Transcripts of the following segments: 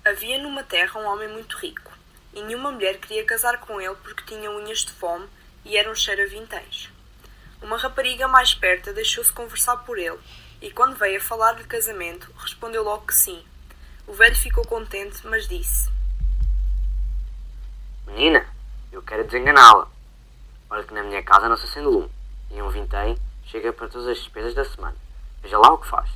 Havia numa terra um homem muito rico, e nenhuma mulher queria casar com ele porque tinha unhas de fome e era um cheiro a vinténs. Uma rapariga mais esperta deixou-se conversar por ele, e quando veio a falar de casamento, respondeu logo que sim. O velho ficou contente, mas disse: Menina, eu quero desenganá-la. Olha que na minha casa não se acende lume, e um vintém chega para todas as despesas da semana. Veja lá o que faz.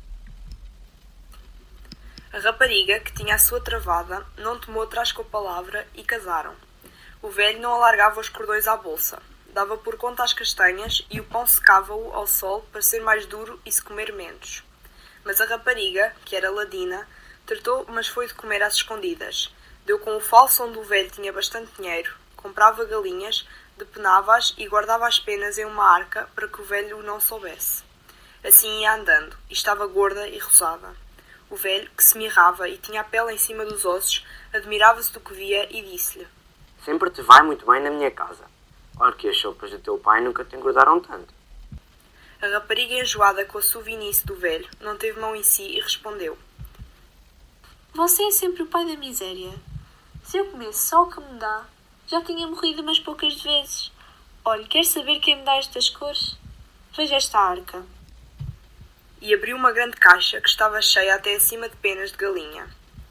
A rapariga, que tinha a sua travada, não tomou atrás com a palavra e casaram. O velho não alargava os cordões à bolsa, dava por conta às castanhas e o pão secava-o ao sol para ser mais duro e se comer menos. Mas a rapariga, que era ladina, tratou, mas foi de comer às escondidas. Deu com o falso onde o velho tinha bastante dinheiro, comprava galinhas, depenava-as e guardava as penas em uma arca para que o velho o não soubesse. Assim ia andando, e estava gorda e rosada. O velho, que se mirrava e tinha a pele em cima dos ossos, admirava-se do que via e disse-lhe: Sempre te vai muito bem na minha casa. Olha que as sopas do teu pai nunca te engordaram tanto. A rapariga, enjoada com a suvinice do velho, não teve mão em si e respondeu: Você é sempre o pai da miséria. Se eu comesse só o que me dá, já tinha morrido umas poucas vezes. Olhe, quer saber quem me dá estas cores? Veja esta arca. E abriu uma grande caixa que estava cheia até acima de penas de galinha.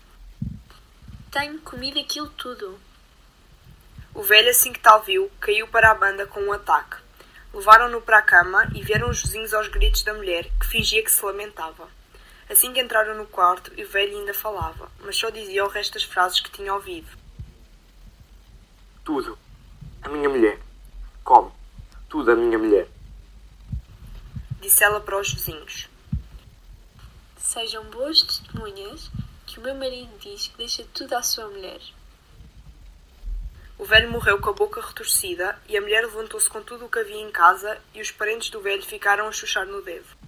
Tenho comido aquilo tudo. O velho, assim que tal viu, caiu para a banda com um ataque. Levaram-no para a cama e vieram os vizinhos aos gritos da mulher, que fingia que se lamentava. Assim que entraram no quarto, o velho ainda falava, mas só dizia o resto das frases que tinha ouvido. Tudo. A minha mulher. Come. Tudo a minha mulher. Disse ela para os vizinhos. Sejam boas testemunhas que o meu marido diz que deixa tudo à sua mulher. O velho morreu com a boca retorcida e a mulher levantou-se com tudo o que havia em casa e os parentes do velho ficaram a chuchar no dedo.